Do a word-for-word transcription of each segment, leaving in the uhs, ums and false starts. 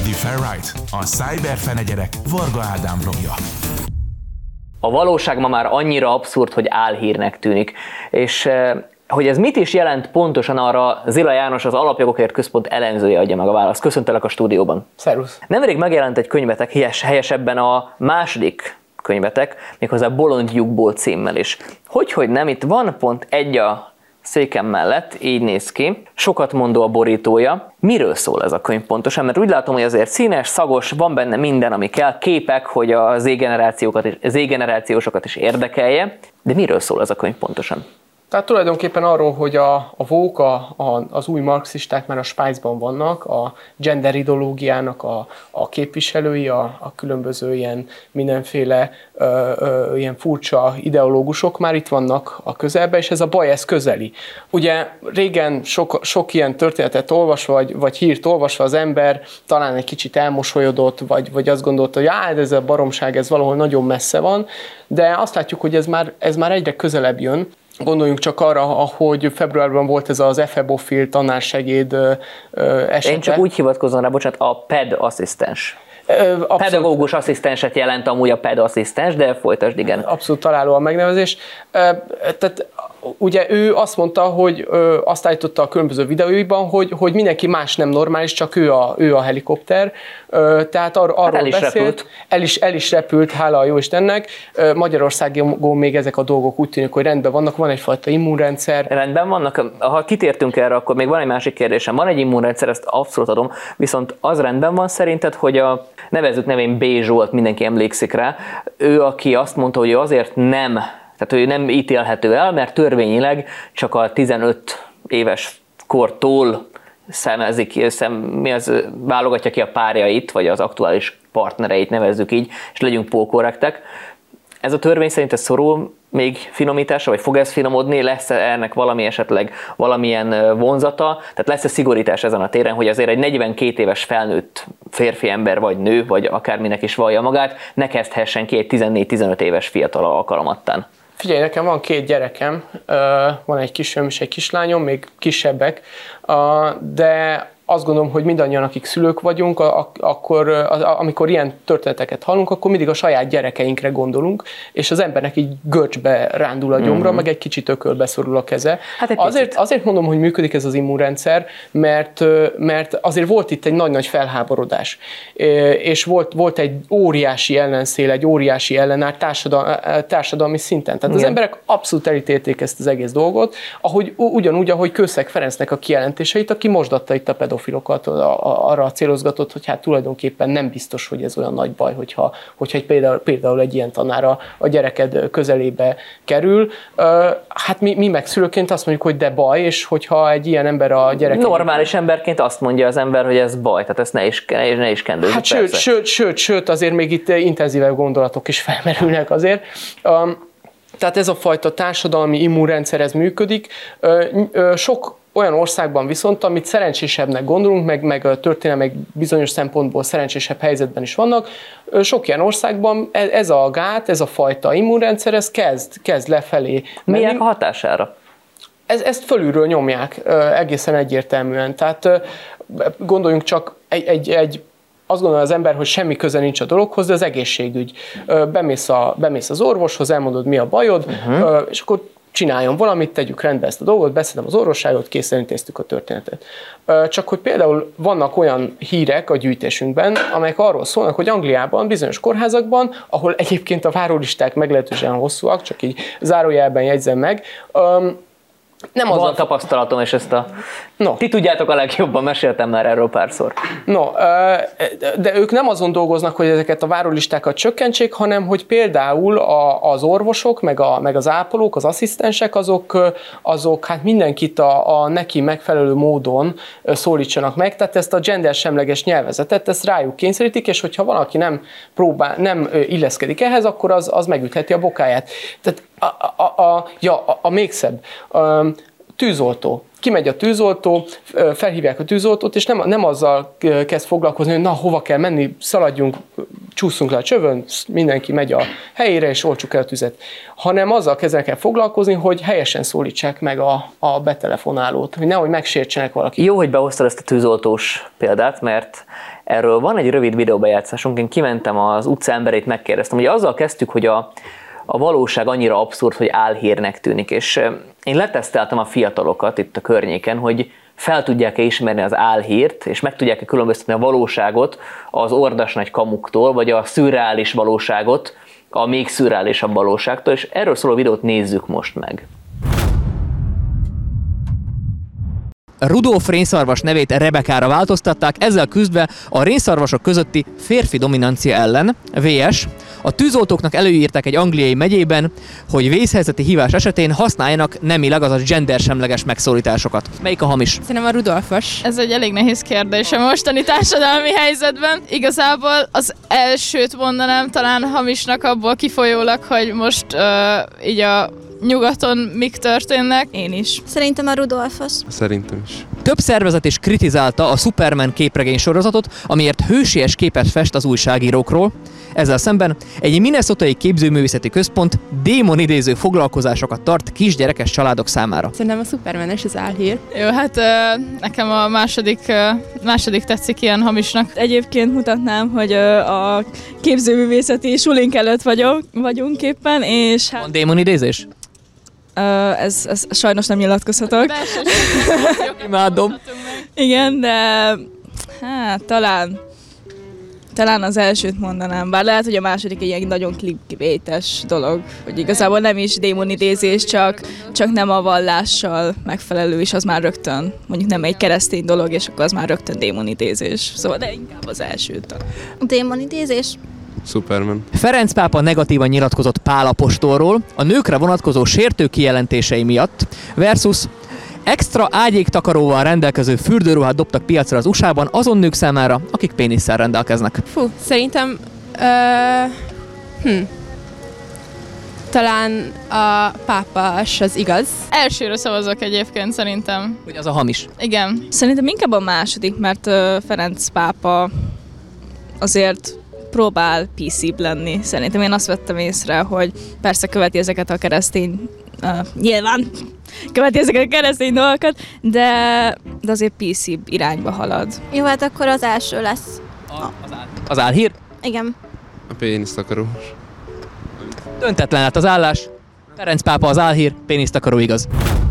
Different, a Cyberfenegyerek Varga Ádám vlogja. A valóság ma már annyira abszurd, hogy álhírnek tűnik. És hogy ez mit is jelent pontosan, arra Zila János, az Alapjogokért Központ elemzője adja meg a választ. Köszöntelek a stúdióban. Szervusz. Nemrég megjelent egy könyvetek, helyes, helyesebben a második könyvetek, méghozzá Bolond lyukból címmel is. Hogyhogy nem, itt van pont egy a székem mellett, így néz ki. Sokat mondó a borítója. Miről szól ez a könyv pontosan? Mert úgy látom, hogy azért színes, szagos, van benne minden, ami kell, képek, hogy a Z-generációkat, Z-generációsokat is érdekelje. De miről szól ez a könyv pontosan? Tehát tulajdonképpen arról, hogy a, a vók, a, a, az új marxisták már a Svájcban vannak, a gender ideológiának a, a képviselői, a, a különböző ilyen mindenféle ö, ö, ilyen furcsa ideológusok már itt vannak a közelben, és ez a baj, ez közeli. Ugye régen sok, sok ilyen történetet olvasva, vagy, vagy hírt olvasva az ember talán egy kicsit elmosolyodott, vagy, vagy azt gondolta, hogy á, ez a baromság, ez valahol nagyon messze van, de azt látjuk, hogy ez már, ez már egyre közelebb jön. Gondoljunk csak arra, hogy februárban volt ez az efebofil tanársegéd esete. Én csak úgy hivatkozom rá, bocsánat, a ped asszisztens. Abszolút. Pedagógus asszisztenset jelent amúgy a ped asszisztens, de folytasd, igen. Abszolút találó a megnevezés. Tehát ugye ő azt mondta, hogy azt állította a különböző videóiban, hogy, hogy mindenki más nem normális, csak ő a, ő a helikopter. Tehát ar, arról hát el is beszélt. Repült. El is, el is repült, hála a Jóistennek. Magyarországon még ezek a dolgok úgy tűnik, hogy rendben vannak, van egyfajta immunrendszer. Rendben vannak. Ha kitértünk erre, akkor még van egy másik kérdésem. Van egy immunrendszer, ezt abszolút adom, viszont az rendben van szerinted, hogy a nevezzük nevén B. Zsolt, mindenki emlékszik rá, ő, aki azt mondta, hogy ő azért nem, tehát ő nem ítélhető el, mert törvényileg csak a tizenöt éves kortól szemezik, szem, mi az, válogatja ki a párjait, vagy az aktuális partnereit, nevezzük így, és legyünk polkorrektek. Ez a törvény szerint ez szorul még finomításra, vagy fog ez finomodni, lesz ennek valami esetleg valamilyen vonzata, tehát lesz-e szigorítás ezen a téren, hogy azért egy negyvenkét éves felnőtt férfi ember, vagy nő, vagy akárminek is vallja magát, ne kezdhessen ki egy tizennégy-tizenöt éves fiatal alkalmattán. Figyelj, nekem van két gyerekem, van egy kisfiam és egy kislányom, még kisebbek, de azt gondolom, hogy mindannyian, akik szülők vagyunk, akkor, amikor ilyen történeteket hallunk, akkor mindig a saját gyerekeinkre gondolunk, és az embernek így görcsbe rándul a gyomra, mm-hmm. meg egy kicsit ökölbe szorul a keze. Hát azért, azért mondom, hogy működik ez az immunrendszer, mert, mert azért volt itt egy nagy-nagy felháborodás, és volt, volt egy óriási ellenszél, egy óriási ellenáll társadalmi, társadalmi szinten. Tehát igen. Az emberek abszolút elítélték ezt az egész dolgot, ahogy, ugyanúgy, ahogy Kőszeg Ferencnek a kijelentéseit, aki mosdatta itt a pedofil filokat arra célozgatott, hogy hát tulajdonképpen nem biztos, hogy ez olyan nagy baj, hogyha, hogyha egy például, például egy ilyen tanár a, a gyereked közelébe kerül. Hát mi, mi meg szülőként azt mondjuk, hogy de baj, és hogyha egy ilyen ember a gyerek... Normális emberként azt mondja az ember, hogy ez baj, tehát ezt ne is, ne is kendőzzük. Hát sőt, sőt, sőt, sőt, azért még itt intenzívebb gondolatok is felmerülnek azért. Tehát ez a fajta társadalmi immunrendszer, ez működik. Sok olyan országban viszont, amit szerencsésebbnek gondolunk, meg, meg a történelmek bizonyos szempontból szerencsésebb helyzetben is vannak, sok ilyen országban ez a gát, ez a fajta immunrendszer, ez kezd, kezd lefelé menni. Milyen hatására? Ez, ezt fölülről nyomják egészen egyértelműen. Tehát gondoljunk csak egy, egy, egy azt gondolja az ember, hogy semmi köze nincs a dologhoz, de az egészségügy. Bemész, a, bemész az orvoshoz, elmondod, mi a bajod, uh-huh. és akkor csináljon valamit, tegyük rendbe ezt a dolgot, beszedem az orvosságot, készen intéztük a történetet. Csak hogy például vannak olyan hírek a gyűjtésünkben, amelyek arról szólnak, hogy Angliában, bizonyos kórházakban, ahol egyébként a várólisták meglehetősen hosszúak, csak így zárójelben jegyzem meg, nem van az a... tapasztalatom, és ezt a... No. Ti tudjátok a legjobban, meséltem már erről párszor. No, de ők nem azon dolgoznak, hogy ezeket a várólistákat csökkentsék, hanem hogy például az orvosok, meg, a, meg az ápolók, az asszisztensek, azok, azok hát mindenkit a, a neki megfelelő módon szólítsanak meg, tehát ezt a gendersemleges nyelvezetet, ezt rájuk kényszerítik, és hogyha valaki nem próbál, nem illeszkedik ehhez, akkor az, az megütheti a bokáját. Tehát a, a, a, ja, a, a még szebb. A, tűzoltó. Kimegy a tűzoltó, felhívják a tűzoltót, és nem, nem azzal kezd foglalkozni, hogy na, hova kell menni, szaladjunk csúszunk le a csövön, mindenki megy a helyére, és oltsuk el a tüzet. Hanem azzal kezdenek el foglalkozni, hogy helyesen szólítsák meg a, a betelefonálót, hogy nehogy megsértsenek valaki. Jó, hogy behoztad ezt a tűzoltós példát, mert erről van egy rövid videóbejátszásunk, én kimentem az utca emberét, megkérdeztem, hogy azzal kezdtük, hogy a, a valóság annyira abszurd, hogy álhírnek tűnik, és én leteszteltem a fiatalokat itt a környéken, hogy fel tudják-e ismerni az álhírt, és meg tudják-e különböztetni a valóságot az ordas nagy kamuktól, vagy a szürreális valóságot a még szürreálisabb valóságtól, és erről szóló videót nézzük most meg. Rudolf rénszarvas nevét Rebekára változtatták, ezzel küzdve a rénszarvasok közötti férfi dominancia ellen. vé es. A tűzoltóknak előírták egy angliai megyében, hogy vészhelyzeti hívás esetén használjanak nemileg, azaz gendersemleges megszólításokat. Melyik a hamis? Szerintem a Rudolfos. Ez egy elég nehéz kérdés a mostani társadalmi helyzetben. Igazából az elsőt mondanám talán hamisnak abból kifolyólag, hogy most uh, így a nyugaton mik történnek. Én is. Szerintem a Rudolfos. Szerintem is. Több szervezet is kritizálta a Superman képregény sorozatot, amiért hősies képet fest az újságírókról. Ezzel szemben egy minnesotai képzőművészeti központ démonidéző foglalkozásokat tart kisgyerekes családok számára. Szerintem a Superman-es az álhír. Jó, hát uh, nekem a második, uh, második tetszik ilyen hamisnak. Egyébként mutatnám, hogy uh, a képzőművészeti sulink előtt vagyok, vagyunk éppen, és hát... Van démonidézés? Uh, ez, ez sajnos nem nyilatkozhatok. Imádom. Igen, de hát talán talán az elsőt mondanám, bár lehet, hogy a második egy ilyen nagyon clickbaites dolog, hogy igazából nem is démonidézés, csak, csak nem a vallással megfelelő, és az már rögtön, mondjuk nem egy keresztény dolog, és akkor az már rögtön démonidézés. Szóval, de inkább az elsőt. Démonidézés? Superman. Ferenc pápa negatívan nyilatkozott Pál apostolról a nőkre vonatkozó sértő kijelentései miatt, versus extra ágyéktakaróval rendelkező fürdőruhát dobtak piacra az u es á-ban azon nők számára, akik pénisszel rendelkeznek. Fú, szerintem uh, hm, talán a pápás az igaz. Elsőre szavazok egyébként szerintem. Hogy az a hamis. Igen. Szerintem inkább a második, mert uh, Ferenc pápa azért próbál pé cé-b lenni. Szerintem én azt vettem észre, hogy persze követi ezeket a keresztény, uh, nyilván követi ezeket a keresztény dolgokat, de, de azért pé cé irányba halad. Jó, hát akkor az első lesz. A, az, áll, az álhír? Igen. A pénisztakarós. Döntetlen lett az állás. Ferenc pápa az álhír, pénisztakaró igaz.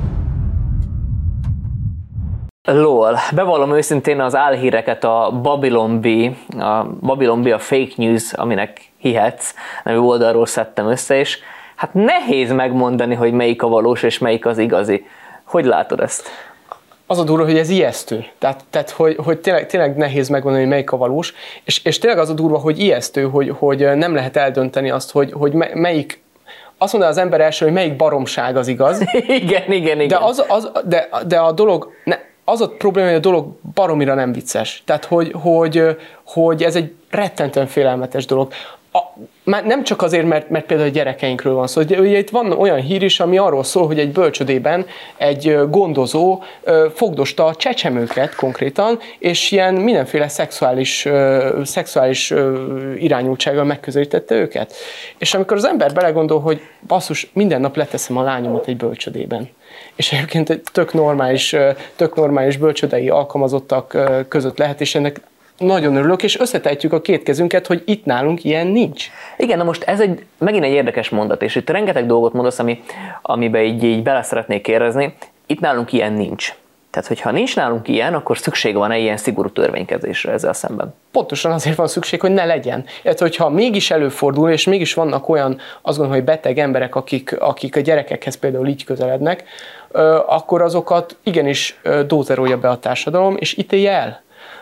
Lol, bevallom őszintén az álhíreket a Babylon Bee, a Babylon Bee a fake news, aminek hihetsz, nevű oldalról szedtem össze, és hát nehéz megmondani, hogy melyik a valós és melyik az igazi. Hogy látod ezt? Az a durva, hogy ez ijesztő. Tehát, tehát hogy, hogy tényleg, tényleg nehéz megmondani, hogy melyik a valós, és, és tényleg az a durva, hogy ijesztő, hogy, hogy nem lehet eldönteni azt, hogy, hogy melyik, azt mondaná az ember első, hogy melyik baromság az igaz. igen, igen, igen. De, az, az, de, de a dolog... Ne, az a probléma, hogy a dolog baromira nem vicces. Tehát, hogy, hogy, hogy ez egy rettentően félelmetes dolog. A, már nem csak azért, mert, mert például a gyerekeinkről van szó. Ugye, ugye itt van olyan hír is, ami arról szól, hogy egy bölcsödében egy gondozó fogdosta a csecsemőket konkrétan, és ilyen mindenféle szexuális, szexuális irányultsággal megközelítette őket. És amikor az ember belegondol, hogy basszus, minden nap leteszem a lányomat egy bölcsödében, és egyébként egy tök normális, tök normális bölcsödei alkalmazottak között lehet, és ennek nagyon örülök, és összetehetjük a két kezünket, hogy itt nálunk ilyen nincs. Igen, na most ez egy, megint egy érdekes mondat, és itt rengeteg dolgot mondasz, ami, amiben így, így bele szeretnék kérdezni. Itt nálunk ilyen nincs. Tehát, hogyha nincs nálunk ilyen, akkor szükség van-e ilyen szigorú törvénykezésre ezzel szemben? Pontosan azért van szükség, hogy ne legyen. Tehát, hogyha mégis előfordul, és mégis vannak olyan, azt gondolom, hogy beteg emberek, akik, akik a gyerekekhez például így közelednek, akkor azokat igenis dózerolja be a társadalom, és ítélje el.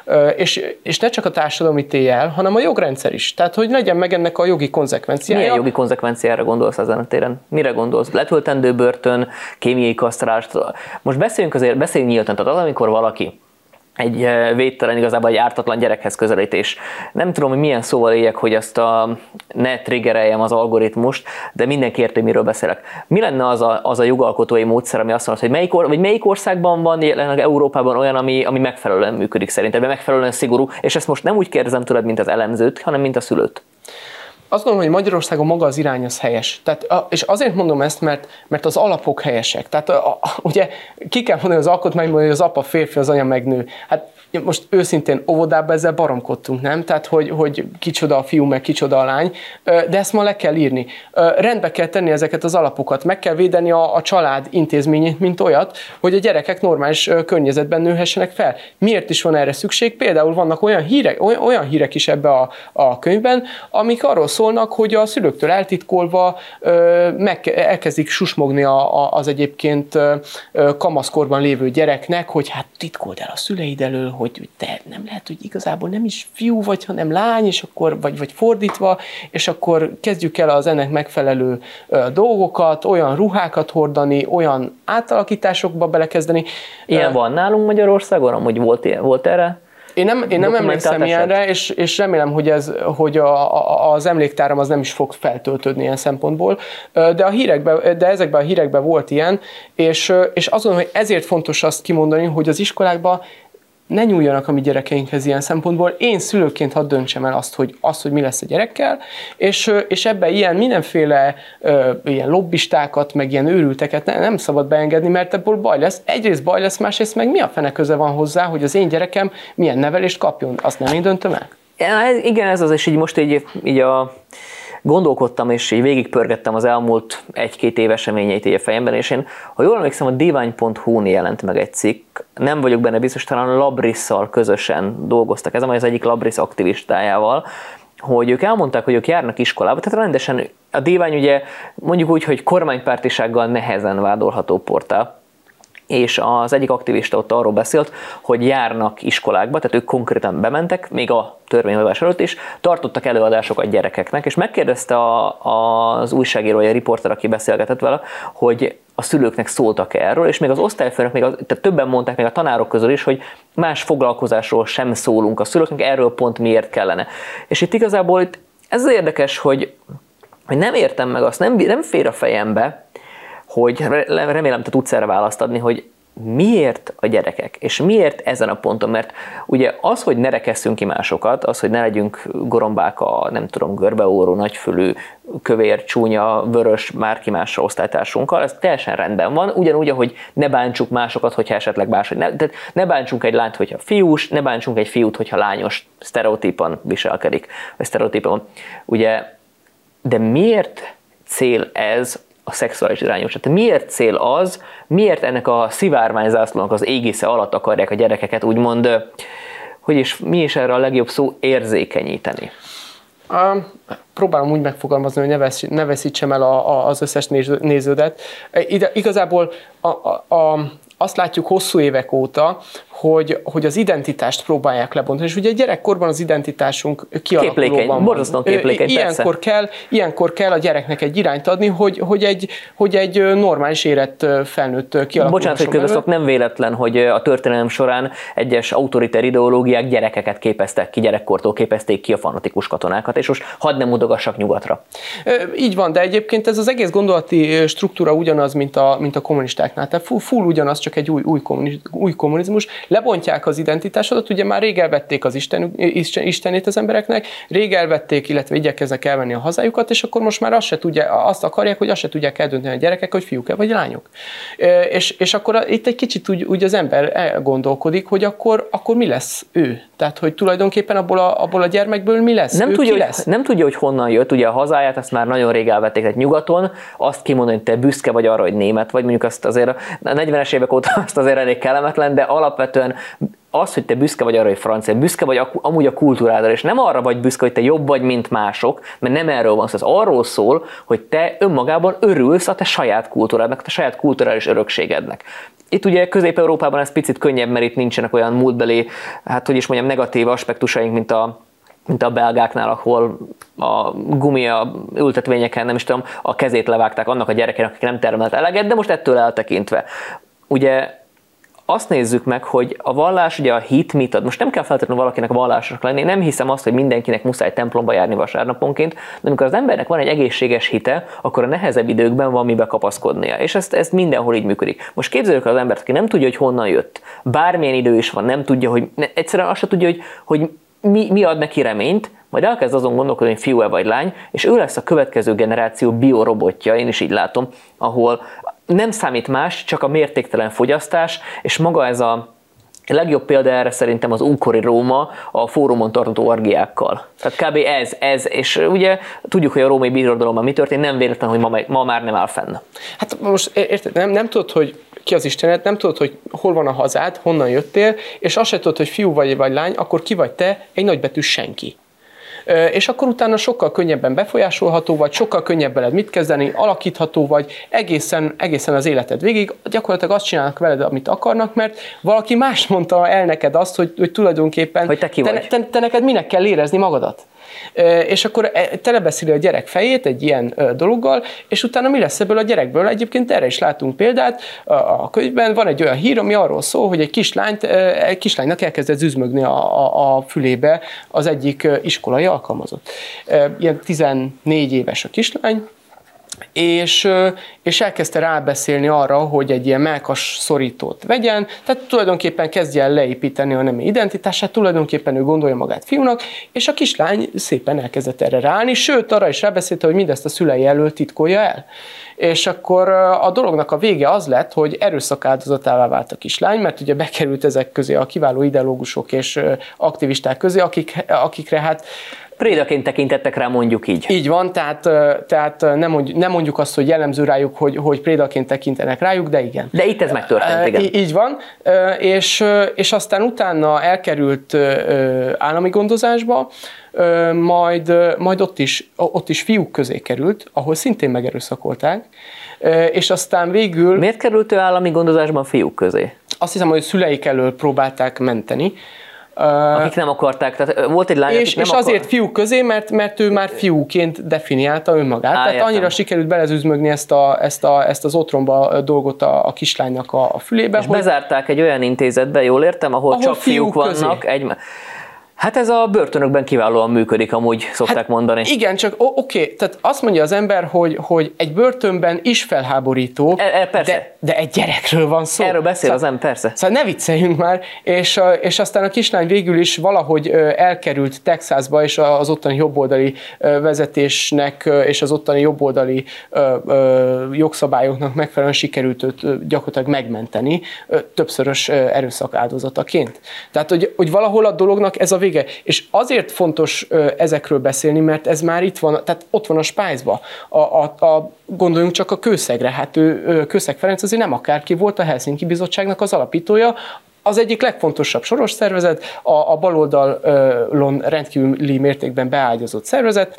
És, és ne csak a társadalom ítélje el, hanem a jogrendszer is. Tehát, hogy legyen meg ennek a jogi konzekvenciája. Milyen jogi konzekvenciára gondolsz ezen a téren? Mire gondolsz? Letöltendő börtön, kémiai kasztrálást? Most beszéljünk azért, beszéljünk nyíltan. Tehát az, amikor valaki egy védtelen, igazából egy ártatlan gyerekhez közelítés. Nem tudom, hogy milyen szóval éljek, hogy ezt a, ne triggereljem az algoritmust, de mindenki érti, miről beszélek. Mi lenne az a, az a jogalkotói módszer, ami azt mondja, hogy melyik, or, vagy melyik országban van jelenleg Európában olyan, ami, ami megfelelően működik szerinted, vagy megfelelően szigorú, és ezt most nem úgy kérdezem tőled, mint az elemzőt, hanem mint a szülőt. azt gondolom, hogy Magyarországon maga az irány az helyes. Tehát, és azért mondom ezt, mert, mert az alapok helyesek. Tehát a, a, ugye ki kell mondani az alkotmányban, hogy az apa férfi, az anya meg nő. Hát most őszintén óvodában ezzel baromkodtunk, nem? Tehát, hogy, hogy kicsoda a fiú, meg kicsoda a lány, de ezt ma le kell írni. Rendbe kell tenni ezeket az alapokat, meg kell védeni a, a család intézményét, mint olyat, hogy a gyerekek normális környezetben nőhessenek fel. Miért is van erre szükség? Például vannak olyan hírek, olyan hírek is ebbe a, a könyvben, amik arról szólnak, hogy a szülőktől eltitkolva meg, elkezdik susmogni a, a, az egyébként kamaszkorban lévő gyereknek, hogy hát titkold el a szüleid elől, hogy te nem lehet, hogy igazából nem is fiú vagy, hanem lány, és akkor, vagy, vagy fordítva, és akkor kezdjük el az ennek megfelelő dolgokat, olyan ruhákat hordani, olyan átalakításokba belekezdeni. Ilyen van nálunk Magyarországon? Amúgy volt, volt erre? Én nem, én nem emlékszem ilyenre, és, és remélem, hogy, ez, hogy a, a, az emléktáram az nem is fog feltöltődni ilyen szempontból, de, a hírekben, de ezekben a hírekben volt ilyen, és, és azt gondolom, hogy ezért fontos azt kimondani, hogy az iskolákban ne nyúljanak a mi gyerekeinkhez ilyen szempontból. Én szülőként hadd döntsem el azt, hogy, azt, hogy mi lesz a gyerekkel, és, és ebben ilyen mindenféle ö, ilyen lobbistákat, meg ilyen őrülteket ne, nem szabad beengedni, mert ebből baj lesz. Egyrészt baj lesz, másrészt meg mi a fene köze van hozzá, hogy az én gyerekem milyen nevelést kapjon. Azt nem én döntöm el? Igen, ez az, és így most így, így a... gondolkodtam, és így végigpörgettem az elmúlt egy-két év eseményeit így a fejemben, és én, ha jól emlékszem, a divány pont hu-n jelent meg egy cikk, nem vagyok benne biztos, talán Labrisszal közösen dolgoztak ezen, az egyik Labrisz aktivistájával, hogy ők elmondták, hogy ők járnak iskolába, tehát rendesen a divány ugye mondjuk úgy, hogy kormánypártisággal nehezen vádolható portál, és az egyik aktivista ott arról beszélt, hogy járnak iskolákba, tehát ők konkrétan bementek, még a törvényhozás előtt is, tartottak előadásokat gyerekeknek, és megkérdezte a, az újságíró, a riporter, aki beszélgetett vele, hogy a szülőknek szóltak erről, és még az osztályfőnök, még az, tehát többen mondták, még a tanárok közül is, hogy más foglalkozásról sem szólunk a szülőknek, erről pont miért kellene. És itt igazából itt ez az érdekes, hogy, hogy nem értem meg azt, nem, nem fér a fejembe, hogy remélem, te tudsz erre választ adni, hogy miért a gyerekek, és miért ezen a ponton, mert ugye az, hogy ne rekesszünk ki másokat, az, hogy ne legyünk gorombák a, nem tudom, görbeóró, nagyfülű, kövér, csúnya, vörös, márki másra osztálytársunkkal, ez teljesen rendben van, ugyanúgy, ahogy ne bántsuk másokat, hogyha esetleg máshogy, ne, tehát ne bántsunk egy lányt, hogyha fiús, ne bántsunk egy fiút, hogyha lányos, sztereotípan viselkedik, vagy sztereotípan, ugye, de miért cél ez a szexuális irányultság? Tehát miért cél az, miért ennek a szivárványzászlónak az égisze alatt akarják a gyerekeket úgymond, hogy is, mi is erre a legjobb szó, érzékenyíteni? Uh, próbálom úgy megfogalmazni, hogy ne, vesz, ne veszítsem el a, a, az összes néződet. Ide, igazából a, a, a, azt látjuk hosszú évek óta, hogy, hogy az identitást próbálják lebontani, és ugye gyerekkorban az identitásunk kialakulóban van. Borzasztóan képlékeny, ilyenkor kell, ilyenkor kell a gyereknek egy irányt adni, hogy, hogy, egy, hogy egy normális érett felnőtt kialakulhasson. Bocsánat, hogy közösszok, nem véletlen, hogy a történelem során egyes autoriter ideológiák gyerekeket képeztek ki, gyerekkortól képezték ki a fanatikus katonákat, és most hadd nem mutogassak nyugatra. Így van, de egyébként ez az egész gondolati struktúra ugyanaz, mint a, mint a kommunistáknál. Tehát full, full ugyanaz, csak egy új, új, kommuniz, új kommunizmus. Lebontják az identitásodat, ugye már rég elvették az Isten, Istenét az embereknek, rég elvették, illetve igyekeznek elvenni a hazájukat, és akkor most már azt, se tudja, azt akarják, hogy azt se tudják eldönteni a gyerekek, hogy fiúk-e vagy lányok. És, és akkor itt egy kicsit úgy, úgy az ember elgondolkodik, hogy akkor, akkor mi lesz ő? Tehát, hogy tulajdonképpen abból a, abból a gyermekből mi lesz? Nem ő tudja, ki hogy, lesz? Nem tudja, hogy honnan jött, ugye a hazáját, ezt már nagyon rég elvették, tehát nyugaton, azt kimondani, hogy te büszke vagy arra, hogy német vagy, mondjuk azt azért a negyvenes évek óta azt azért elég kellemetlen, de alapvetően az, hogy te büszke vagy arra, hogy francia, büszke vagy amúgy a kultúrádra, és nem arra vagy büszke, hogy te jobb vagy, mint mások, mert nem erről van szó, ez arról szól, hogy te önmagában örülsz a te saját kultúrádnak, a te saját kulturális örökségednek. Itt ugye Közép-Európában ez picit könnyebb, mert itt nincsenek olyan múltbeli, hát hogy is mondjam, negatív aspektusaink, mint a mint a belgáknál, ahol a gumia ültetvényeken, nem is tudom, a kezét levágták annak a gyerekének, aki nem termelt eleget, de most ettől eltekintve. Ugye azt nézzük meg, hogy a vallás, ugye a hit mit ad. Most nem kell feltétlenül valakinek vallásnak lenni, nem hiszem azt, hogy mindenkinek muszáj templomba járni vasárnaponként, de amikor az embernek van egy egészséges hite, akkor a nehezebb időkben van mibe kapaszkodnia. És ezt, ezt mindenhol így működik. Most képzeljük az embert, aki nem tudja, hogy honnan jött. Bármilyen idő is van, nem tudja, hogy egyszerűen azt se tudja, hogy, hogy mi, mi ad neki reményt, majd elkezd azon gondolkodni, hogy fiú-e vagy lány, és ő lesz a következő generáció biorobotja, én is így látom, ahol nem számít más, csak a mértéktelen fogyasztás, és maga ez a A legjobb példa erre szerintem az ókori Róma a fórumon tartott orgiákkal. Tehát kb. ez, ez, és ugye tudjuk, hogy a római birodalomban mi történt, nem véletlen, hogy ma, ma már nem áll fenn. Hát most érted, nem, nem tudod, hogy ki az Istenet, nem tudod, hogy hol van a hazád, honnan jöttél, és azt se tudod, hogy fiú vagy vagy lány, akkor ki vagy te, egy nagybetű senki. És akkor utána sokkal könnyebben befolyásolható vagy, sokkal könnyebb veled mit kezdeni, alakítható vagy, egészen, egészen az életed végig. Gyakorlatilag azt csinálnak veled, amit akarnak, mert valaki más mondta el neked azt, hogy, hogy tulajdonképpen hogy te, ki te, vagy. te, te neked minek kell érezni magadat. És akkor telebeszéli a gyerek fejét egy ilyen dologgal, és utána mi lesz ebből a gyerekből? Egyébként erre is látunk példát a könyvben. Van egy olyan hír, ami arról szól, hogy egy kislányt, egy kislánynak elkezdett züzsmögni a, a, a fülébe az egyik iskolai alkalmazott. Ilyen tizennégy éves a kislány, és, és elkezdte rábeszélni arra, hogy egy ilyen mellkas szorítót vegyen, tehát tulajdonképpen kezdje el leépíteni a nemi identitását, tulajdonképpen ő gondolja magát fiúnak, és a kislány szépen elkezdett erre ráállni, sőt arra is rábeszélte, hogy mindezt a szülei elől titkolja el. És akkor a dolognak a vége az lett, hogy erőszak áldozatává vált a kislány, mert ugye bekerült ezek közé a kiváló ideológusok és aktivisták közé, akik, akikre hát prédaként tekintettek rá, mondjuk így. Így van, tehát, tehát nem, mondjuk, nem mondjuk azt, hogy jellemző rájuk, hogy, hogy prédaként tekintenek rájuk, de igen. De itt ez megtörtént, igen. Így van, és, és aztán utána elkerült állami gondozásba, majd, majd ott, is, ott is fiúk közé került, ahol szintén megerőszakolták, és aztán végül... Miért került ő állami gondozásban fiúk közé? Azt hiszem, hogy szüleik elől próbálták menteni. Akik nem akarták, tehát volt egy lány, és, nem és akar... azért fiúk közé, mert, mert ő már fiúként definiálta önmagát. Á, tehát értem. annyira sikerült belezüzmögni ezt, a, ezt, a, ezt az otromba dolgot a, a kislánynak a, a fülébe. És hogy... bezárták egy olyan intézetbe, jól értem, ahol, ahol csak fiúk, fiúk vannak. Egy... Hát ez a börtönökben kiválóan működik, amúgy szokták hát mondani. Igen, csak oké, okay, tehát azt mondja az ember, hogy, hogy egy börtönben is felháborító, e, e, de, de egy gyerekről van szó. Erről beszél szóval, az ember, persze. Szóval ne vicceljünk már, és, és aztán a kislány végül is valahogy elkerült Texasba, és az ottani jobboldali vezetésnek és az ottani jobboldali jogszabályoknak megfelelően sikerült őt gyakorlatilag megmenteni többszörös erőszak áldozataként. Tehát, hogy, hogy valahol a dolognak ez a vége. És azért fontos ezekről beszélni, mert ez már itt van, tehát ott van a spájzba. A, a, a, gondoljunk csak a Kőszegre. Hát ő, Kőszeg Ferenc azért nem akárki volt, a Helsinki Bizottságnak az alapítója, az egyik legfontosabb soros szervezet, a, a baloldalon rendkívüli mértékben beágyazott szervezet,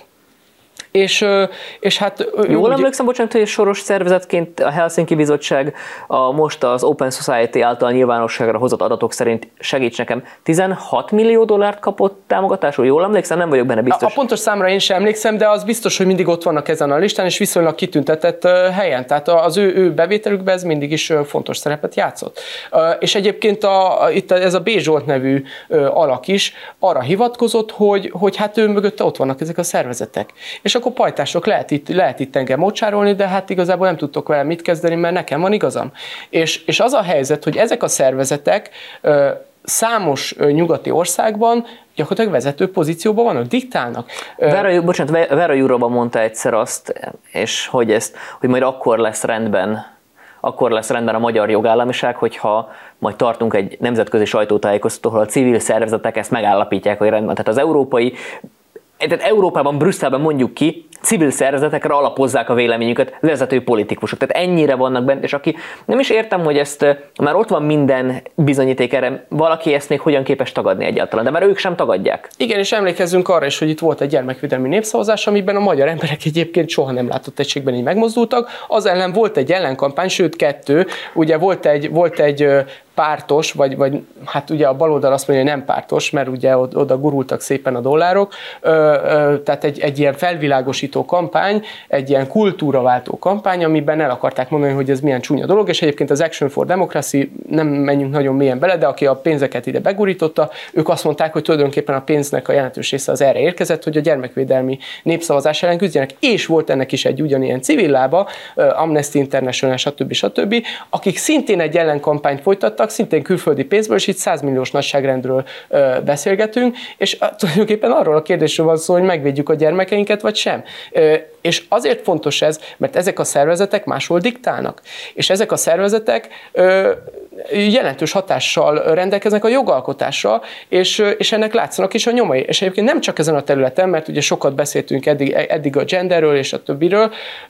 És, és hát... Jól emlékszem, bocsánat, hogy soros szervezetként a Helsinki Bizottság a most az Open Society által nyilvánosságra hozott adatok szerint, segíts nekem, tizenhat millió dollárt kapott támogatásul? Jól emlékszem? Nem vagyok benne biztos. A, a pontos számra én sem emlékszem, de az biztos, hogy mindig ott vannak ezen a listán, és viszonylag kitüntetett helyen. Tehát az ő, ő bevételükben ez mindig is fontos szerepet játszott. És egyébként a, itt ez a B. Zsolt nevű alak is arra hivatkozott, hogy, hogy hát ő mögötte ott vannak ezek a szervezetek. És akkor pajtások, lehet itt, lehet itt engem mocsárolni, de hát igazából nem tudtok vele mit kezdeni, mert nekem van igazam. És, és az a helyzet, hogy ezek a szervezetek ö, számos ö, nyugati országban gyakorlatilag vezető pozícióban vannak, diktálnak. Vera, bocsánat, Vera Jourova mondta egyszer azt, és hogy, ezt, hogy majd akkor lesz rendben, akkor lesz rendben a magyar jogállamiság, hogyha majd tartunk egy nemzetközi sajtótájékoztató, ahol a civil szervezetek ezt megállapítják, hogy rendben. Tehát az európai Tehát Európában, Brüsszelben mondjuk ki, civil szervezetekre alapozzák a véleményüket vezető politikusok. Tehát ennyire vannak bent, és aki nem is értem, hogy ezt már ott van minden bizonyíték erre, valaki ezt még hogyan képes tagadni egyáltalán, de már ők sem tagadják. Igen, és emlékezzünk arra is, hogy itt volt egy gyermekvédelmi népszavazás, amiben a magyar emberek egyébként soha nem látott egységben így megmozdultak. Az ellen volt egy ellenkampány, sőt kettő, ugye volt egy, volt egy pártos, vagy, vagy hát ugye a baloldal azt mondja, hogy nem pártos, mert ugye oda gurultak szépen a dollárok, ö, ö, tehát egy, egy ilyen felvilágosító kampány, egy ilyen kultúraváltó kampány, amiben el akarták mondani, hogy ez milyen csúnya dolog, és egyébként az Action for Democracy, nem menjünk nagyon mélyen bele, de aki a pénzeket ide begurította, ők azt mondták, hogy tulajdonképpen a pénznek a jelentős része az erre érkezett, hogy a gyermekvédelmi népszavazás ellen küzdjenek, és volt ennek is egy ugyanilyen civil lába, Amnesty International, stb. stb., akik szintén egy ellenkampányt folytattak, voltak, szintén külföldi pénzből, és itt száz milliós nagyságrendről ö, beszélgetünk, és a, tulajdonképpen arról a kérdésről van szó, hogy megvédjük a gyermekeinket, vagy sem. Ö, és azért fontos ez, mert ezek a szervezetek máshol diktálnak. És ezek a szervezetek ö, jelentős hatással rendelkeznek a jogalkotásra, és, és ennek látszanak is a nyomai. És egyébként nem csak ezen a területen, mert ugye sokat beszéltünk eddig, eddig a genderről és a többiről,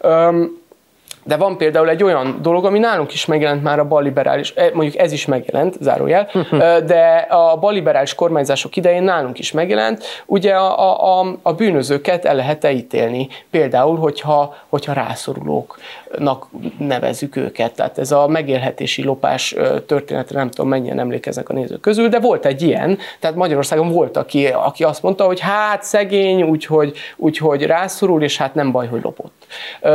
de van például egy olyan dolog, ami nálunk is megjelent már a balliberális, mondjuk ez is megjelent, zárójel, de a balliberális kormányzások idején nálunk is megjelent, ugye a, a, a bűnözőket el lehet ítélni. Például, hogyha, hogyha rászorulóknak nevezzük őket. Tehát ez a megélhetési lopás történetre nem tudom mennyien emlékeznek a nézők közül, de volt egy ilyen, tehát Magyarországon volt, aki, aki azt mondta, hogy hát szegény, úgyhogy, úgyhogy rászorul, és hát nem baj, hogy lopott.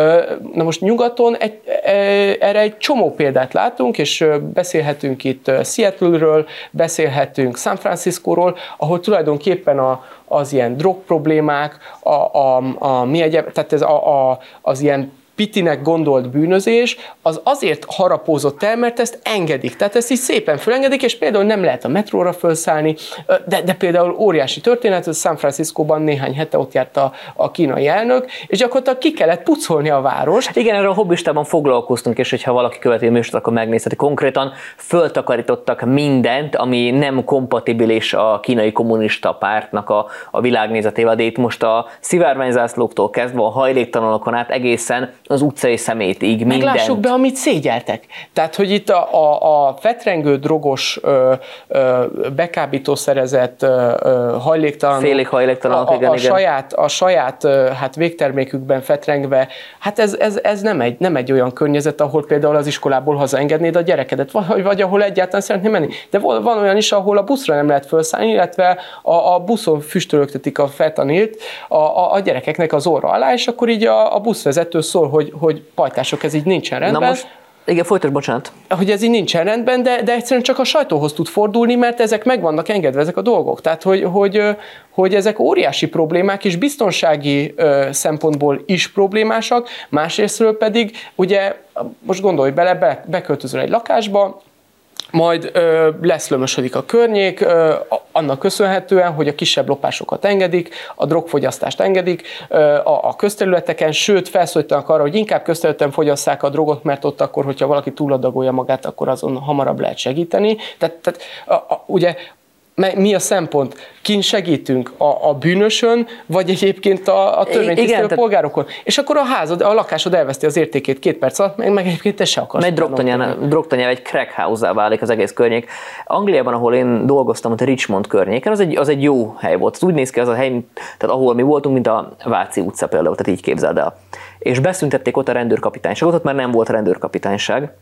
Na most nyugaton egy, erre egy csomó példát látunk, és beszélhetünk itt Seattle-ről, beszélhetünk San Franciscóról, ahol tulajdonképpen a, az ilyen drogproblémák, a, a, a, mi egyéb, tehát ez a, a, az ilyen pitinek gondolt bűnözés, az azért harapózott el, mert ezt engedik. Tehát ezt így szépen fölengedik, és például nem lehet a metróra felszállni, de, de például óriási történet, hogy San Franciscóban néhány hete ott járt a, a kínai elnök, és gyakorlatilag ki kellett pucolni a várost. Igen, erről a hobbistában foglalkoztunk, és hogyha valaki követi a műsort, akkor megnézheti. Konkrétan föltakarítottak mindent, ami nem kompatibilis a kínai kommunista pártnak a, a világnézetével, de itt most a szivárványzászlóktól kezdve a hajléktalanokon át egészen az utcai szemétig mindent. Meglássuk be, amit szégyeltek. Tehát, hogy itt a, a, a fetrengő, drogos, ö, ö, bekábítószerezett ö, hajléktalanok, félig hajléktalanok, a, a, igen, a, igen. saját, a saját hát végtermékükben fetrengve, hát ez, ez, ez nem, egy, nem egy olyan környezet, ahol például az iskolából hazaengednéd a gyerekedet, vagy, vagy ahol egyáltalán szeretnél menni. De van olyan is, ahol a buszra nem lehet felszállni, illetve a, a buszon füstölögtetik a fentanylt a, a, a gyerekeknek az orra alá, és akkor így a, a buszvezető szól, hogy, hogy pajtások, ez így nincsen rendben. Na most, igen, folytasd, bocsánat. Hogy ez így nincsen rendben, de, de egyszerűen csak a sajtóhoz tud fordulni, mert ezek meg vannak engedve, ezek a dolgok. Tehát, hogy, hogy, hogy ezek óriási problémák, és biztonsági ö, szempontból is problémásak, másrésztről pedig, ugye, most gondolj bele, be, beköltözöl egy lakásba, majd ö, leszlömösödik a környék, ö, annak köszönhetően, hogy a kisebb lopásokat engedik, a drogfogyasztást engedik ö, a, a közterületeken, sőt felszólítanak arra, hogy inkább közterületen fogyasszák a drogot, mert ott akkor, hogyha valaki túladagolja magát, akkor azon hamarabb lehet segíteni. Tehát, tehát a, a, ugye mi a szempont? Kin segítünk a, a bűnösön, vagy egyébként a, a törvénytisztelő polgárokon? És akkor a házad, a lakásod elveszti az értékét két perc alatt, meg, meg egyébként te se akarsz. Egy drogtanyáv, egy crack house-á válik az egész környék. Angliában, ahol én dolgoztam, ott a Richmond környéken, az egy, az egy jó hely volt. Az úgy néz ki az a hely, tehát ahol mi voltunk, mint a Váci utca például, tehát így képzeld el. És beszüntették ott a rendőrkapitányságot, ott már nem volt rendőrkapitányság.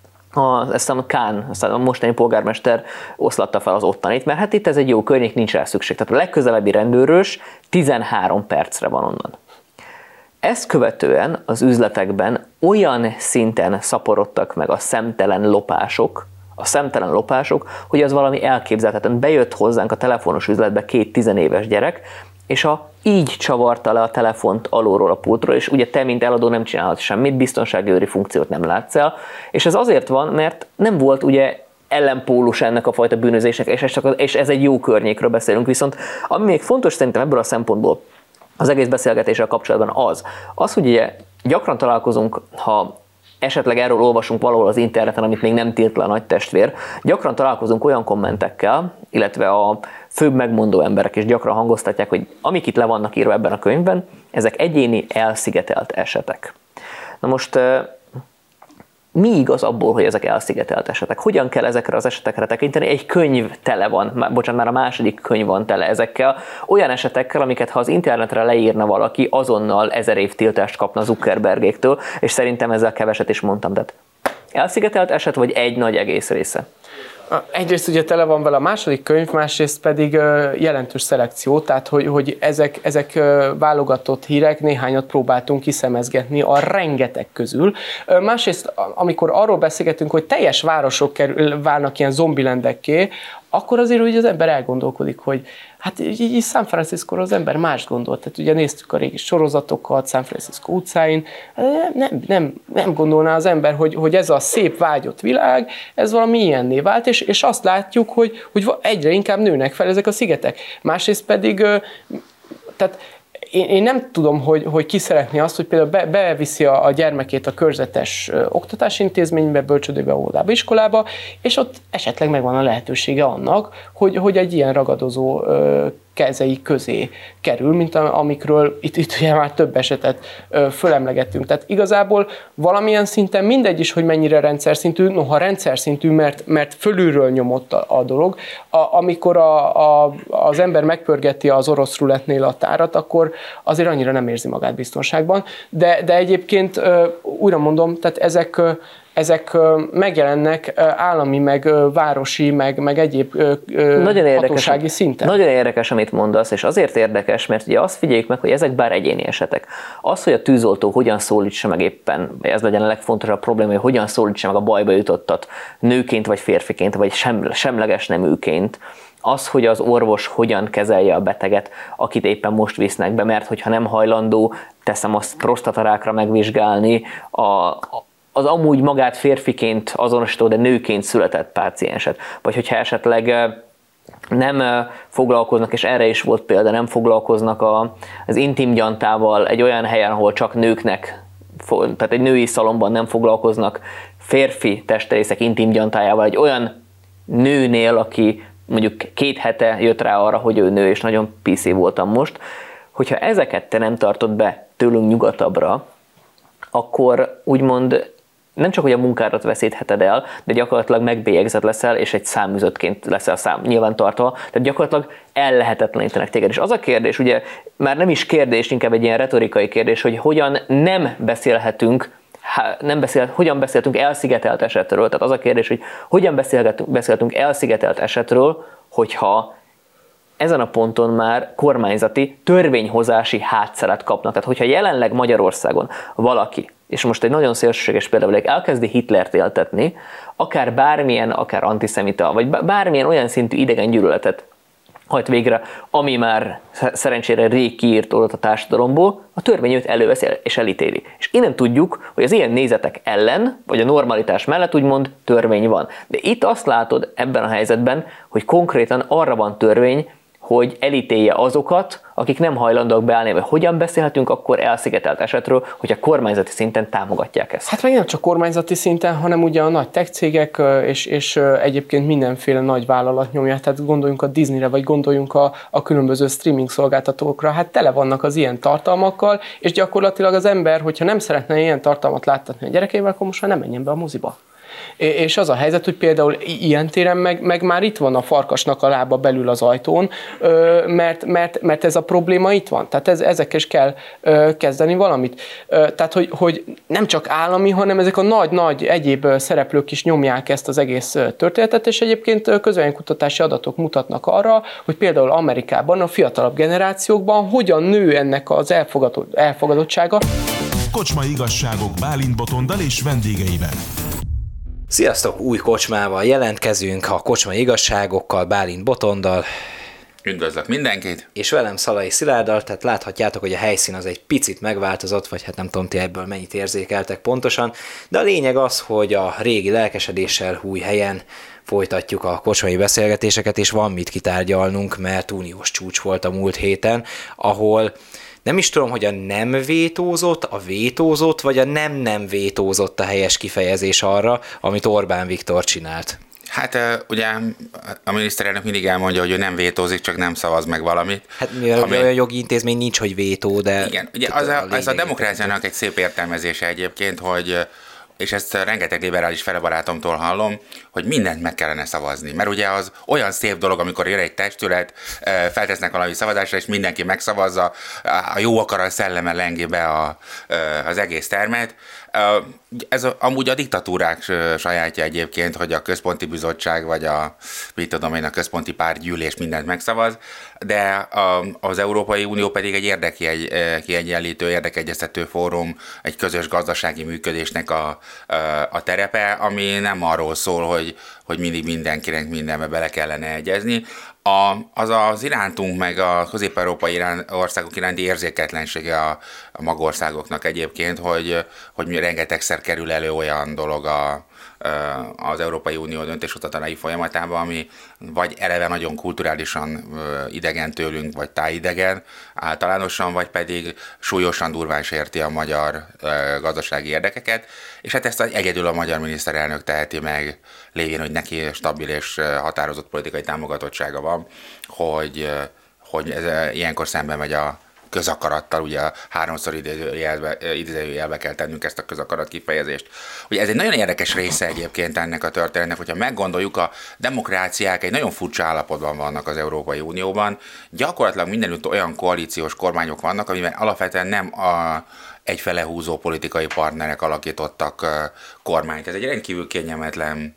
A, ezt a Kán, aztán a mostani polgármester oszlatta fel az ottanit, mert hát itt ez egy jó környék, nincs rá szükség. Tehát a legközelebbi rendőrös tizenhárom percre van onnan. Ezt követően az üzletekben olyan szinten szaporodtak meg a szemtelen lopások, a szemtelen lopások, hogy az valami elképzelhetetlen. Bejött hozzánk a telefonos üzletbe két tizenéves gyerek, és a így csavarta le a telefont alulról a pultról, és ugye te, mint eladó nem csinálhat semmit, biztonsági őri funkciót nem látsz el, és ez azért van, mert nem volt ugye ellenpólus ennek a fajta bűnözésnek, és ez, csak, és ez egy jó környékről beszélünk, viszont ami még fontos szerintem ebből a szempontból az egész beszélgetéssel kapcsolatban az, az, hogy ugye gyakran találkozunk, ha esetleg erről olvasunk valahol az interneten, amit még nem tilt le a nagy testvér, gyakran találkozunk olyan kommentekkel, illetve a főbb megmondó emberek is gyakran hangoztatják, hogy amik itt le vannak írva ebben a könyvben, ezek egyéni elszigetelt esetek. Na most mi igaz abból, hogy ezek elszigetelt esetek? Hogyan kell ezekre az esetekre tekinteni? Egy könyv tele van, bocsánat, már a második könyv van tele ezekkel, olyan esetekkel, amiket ha az internetre leírna valaki, azonnal ezer év tiltást kapna Zuckerbergéktől, és szerintem ezzel keveset is mondtam. Tehát elszigetelt eset, vagy egy nagy egész része? Egyrészt ugye tele van vele a második könyv, másrészt pedig jelentős szelekció, tehát hogy, hogy ezek, ezek válogatott hírek, néhányat próbáltunk kiszemezgetni a rengeteg közül. Másrészt, amikor arról beszélgetünk, hogy teljes városok kerül, válnak ilyen zombilendekké, akkor azért úgy az ember elgondolkodik, hogy hát így San Francisco-ról az ember mást gondolt. Tehát ugye néztük a régi sorozatokat San Francisco utcáin, nem, nem, nem gondolná az ember, hogy, hogy ez a szép vágyott világ, ez valami ilyenné vált, és, és azt látjuk, hogy, hogy egyre inkább nőnek fel ezek a szigetek. Másrészt pedig, tehát Én, én nem tudom, hogy, hogy ki szeretné azt, hogy például be, beviszi a, a gyermekét a körzetes ö, oktatási intézménybe, bölcsődőbe, óvodába, iskolába, és ott esetleg megvan a lehetősége annak, hogy, hogy egy ilyen ragadozó ö, kezei közé kerül, mint a, amikről itt, itt ugye már több esetet ö, fölemlegettünk. Tehát igazából valamilyen szinten mindegy is, hogy mennyire rendszer szintű, noha rendszer szintű, mert, mert fölülről nyomott a, a dolog. A, amikor a, a, az ember megpörgeti az orosz rulettnél a tárat, akkor azért annyira nem érzi magát biztonságban. De, de egyébként ö, újra mondom, tehát ezek ö, ezek megjelennek állami, meg városi, meg, meg egyéb nagyon hatósági érdekes, szinten. Nagyon érdekes, amit mondasz, és azért érdekes, mert ugye azt figyeljük meg, hogy ezek bár egyéni esetek. Az, hogy a tűzoltó hogyan szólítsa meg éppen, ez legyen a legfontosabb probléma, hogy hogyan szólítsa meg a bajba jutottat nőként, vagy férfiként, vagy sem, semleges neműként, az, hogy az orvos hogyan kezelje a beteget, akit éppen most visznek be, mert hogyha nem hajlandó, teszem azt prostatarákra megvizsgálni, a, a az amúgy magát férfiként azonosító, de nőként született pácienset. Vagy hogyha esetleg nem foglalkoznak, és erre is volt példa, nem foglalkoznak a, az intim gyantával egy olyan helyen, ahol csak nőknek, tehát egy női szalomban nem foglalkoznak férfi testrészek intim gyantájával, egy olyan nőnél, aki mondjuk két hete jött rá arra, hogy ő nő, és nagyon pé cé voltam most, hogyha ezeket te nem tartod be tőlünk nyugatabbra, akkor úgymond nem csak, hogy a munkádat veszítheted el, de gyakorlatilag megbélyegzett leszel, és egy száműzöttként leszel szám, nyilván tartva, tehát gyakorlatilag ellehetetlenítenek téged. És az a kérdés, ugye már nem is kérdés, inkább egy ilyen retorikai kérdés, hogy hogyan nem beszélhetünk, nem beszél, hogyan beszéltünk elszigetelt esetről, tehát az a kérdés, hogy hogyan beszélhetünk, beszéltünk elszigetelt esetről, hogyha ezen a ponton már kormányzati törvényhozási hátszeret kapnak. Tehát hogyha jelenleg Magyarországon valaki, és most egy nagyon szélsőséges például elkezdi Hitlert éltetni, akár bármilyen, akár antiszemita, vagy bármilyen olyan szintű idegen gyűlöletet hajt végre, ami már szerencsére rég kiírt oda a társadalomból, a törvény őt előveszi és elítéli. És innen tudjuk, hogy az ilyen nézetek ellen, vagy a normalitás mellett úgymond törvény van. De itt azt látod ebben a helyzetben, hogy konkrétan arra van törvény, hogy elítélje azokat, akik nem hajlandóak beállni, vagy hogyan beszélhetünk akkor elszigetelt esetről, hogyha kormányzati szinten támogatják ezt. Hát meg nem csak kormányzati szinten, hanem ugye a nagy tech cégek és, és egyébként mindenféle nagy vállalat nyomja, tehát gondoljunk a Disneyre, vagy gondoljunk a, a különböző streaming szolgáltatókra, hát tele vannak az ilyen tartalmakkal, és gyakorlatilag az ember, hogyha nem szeretne ilyen tartalmat láttatni a gyerekével, akkor most már nem menjen be a moziba. És az a helyzet, hogy például ilyen téren meg, meg már itt van a farkasnak a lába belül az ajtón, mert, mert, mert ez a probléma itt van. Tehát ez, ezekkel is kell kezdeni valamit. Tehát, hogy, hogy nem csak állami, hanem ezek a nagy-nagy egyéb szereplők is nyomják ezt az egész történetet, és egyébként közvéleménykutatási adatok mutatnak arra, hogy például Amerikában, a fiatalabb generációkban hogyan nő ennek az elfogadott, elfogadottsága. Kocsmai igazságok Bálint Botondal és vendégeivel. Sziasztok! Új kocsmával jelentkezünk, a kocsmai igazságokkal, Bálint Botondal. Üdvözlök mindenkit! És velem Szalai Szilárddal, tehát láthatjátok, hogy a helyszín az egy picit megváltozott, vagy hát nem tudom, ti ebből mennyit érzékeltek pontosan, de a lényeg az, hogy a régi lelkesedéssel új helyen folytatjuk a kocsmai beszélgetéseket, és van mit kitárgyalnunk, mert uniós csúcs volt a múlt héten, ahol nem is tudom, hogy a nem vétózott, a vétózott, vagy a nem-nem vétózott a helyes kifejezés arra, amit Orbán Viktor csinált. Hát ugye a miniszterelnök mindig elmondja, hogy ő nem vétózik, csak nem szavaz meg valamit. Hát mivel ami... olyan jogi intézmény nincs, hogy vétó, de... Igen, ugye az a, a ez a demokráciának egy szép értelmezése egyébként, hogy és ezt rengeteg liberális felebarátomtól hallom, hogy mindent meg kellene szavazni. Mert ugye az olyan szép dolog, amikor jön egy testület, feltesznek valami szavazásra, és mindenki megszavazza, a jó akarat szelleme lengi be a, az egész termet. Ez a, amúgy a diktatúrák sajátja egyébként, hogy a központi bizottság, vagy a, mit tudom én, a központi pártgyűlés mindent megszavaz, de a, az Európai Unió pedig egy érdekkiegyenlítő, érdekegyeztető fórum, egy közös gazdasági működésnek a, a terepe, ami nem arról szól, hogy, hogy mindig mindenkinek mindenbe bele kellene egyezni. A, az az irántunk, meg a közép-európai irán, országok iránti érzéketlensége a, a magországoknak egyébként, hogy, hogy rengetegszer kerül elő olyan dolog a, az Európai Unió döntéshozatalai folyamatában, ami vagy eleve nagyon kulturálisan idegen tőlünk, vagy tájidegen általánosan, vagy pedig súlyosan durván sérti a magyar gazdasági érdekeket, és hát ezt egyedül a magyar miniszterelnök teheti meg, lévén, hogy neki stabil és határozott politikai támogatottsága van, hogy, hogy ez ilyenkor szemben megy a közakarattal, ugye háromszor idézőjelbe, idézőjelbe kell tennünk ezt a közakarat kifejezést. Ugye ez egy nagyon érdekes része egyébként ennek a történetnek, hogyha meggondoljuk, a demokráciák egy nagyon furcsa állapotban vannak az Európai Unióban. Gyakorlatilag mindenütt olyan koalíciós kormányok vannak, amiben alapvetően nem a egyfele húzó politikai partnerek alakítottak kormányt. Ez egy rendkívül kényelmetlen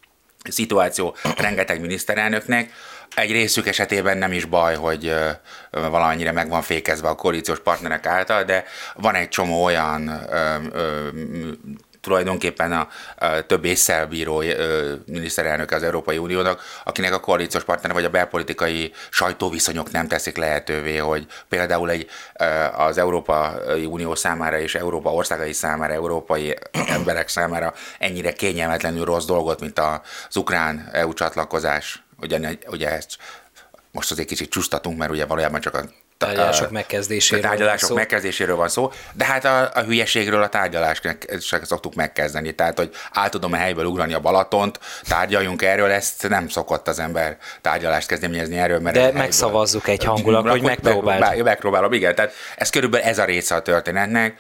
szituáció rengeteg miniszterelnöknek. Egy részük esetében nem is baj, hogy valamennyire meg van fékezve a koalíciós partnerek által, de van egy csomó olyan ö, ö, tulajdonképpen a, a több ésszel bíró miniszterelnöke az Európai Uniónak, akinek a koalíciós partner vagy a belpolitikai sajtóviszonyok nem teszik lehetővé, hogy például egy, az Európai Unió számára és Európa országai számára, európai emberek számára ennyire kényelmetlenül rossz dolgot, mint az ukrán é u csatlakozás. Ugye, ugye ezt most azért kicsit csúsztatunk, mert ugye valójában csak a tárgyalások megkezdéséről, tárgyalások van megkezdéséről van szó, de hát a, a hülyeségről a tárgyalást szoktuk megkezdeni. Tehát, hogy át tudom a helyből ugrani a Balatont, tárgyaljunk erről, ezt nem szokott az ember tárgyalást kezdeményezni erről. Mert de megszavazzuk egy hangulat, hogy megpróbáljuk. Megpróbálom, igen. Tehát ez körülbelül ez a része a történetnek.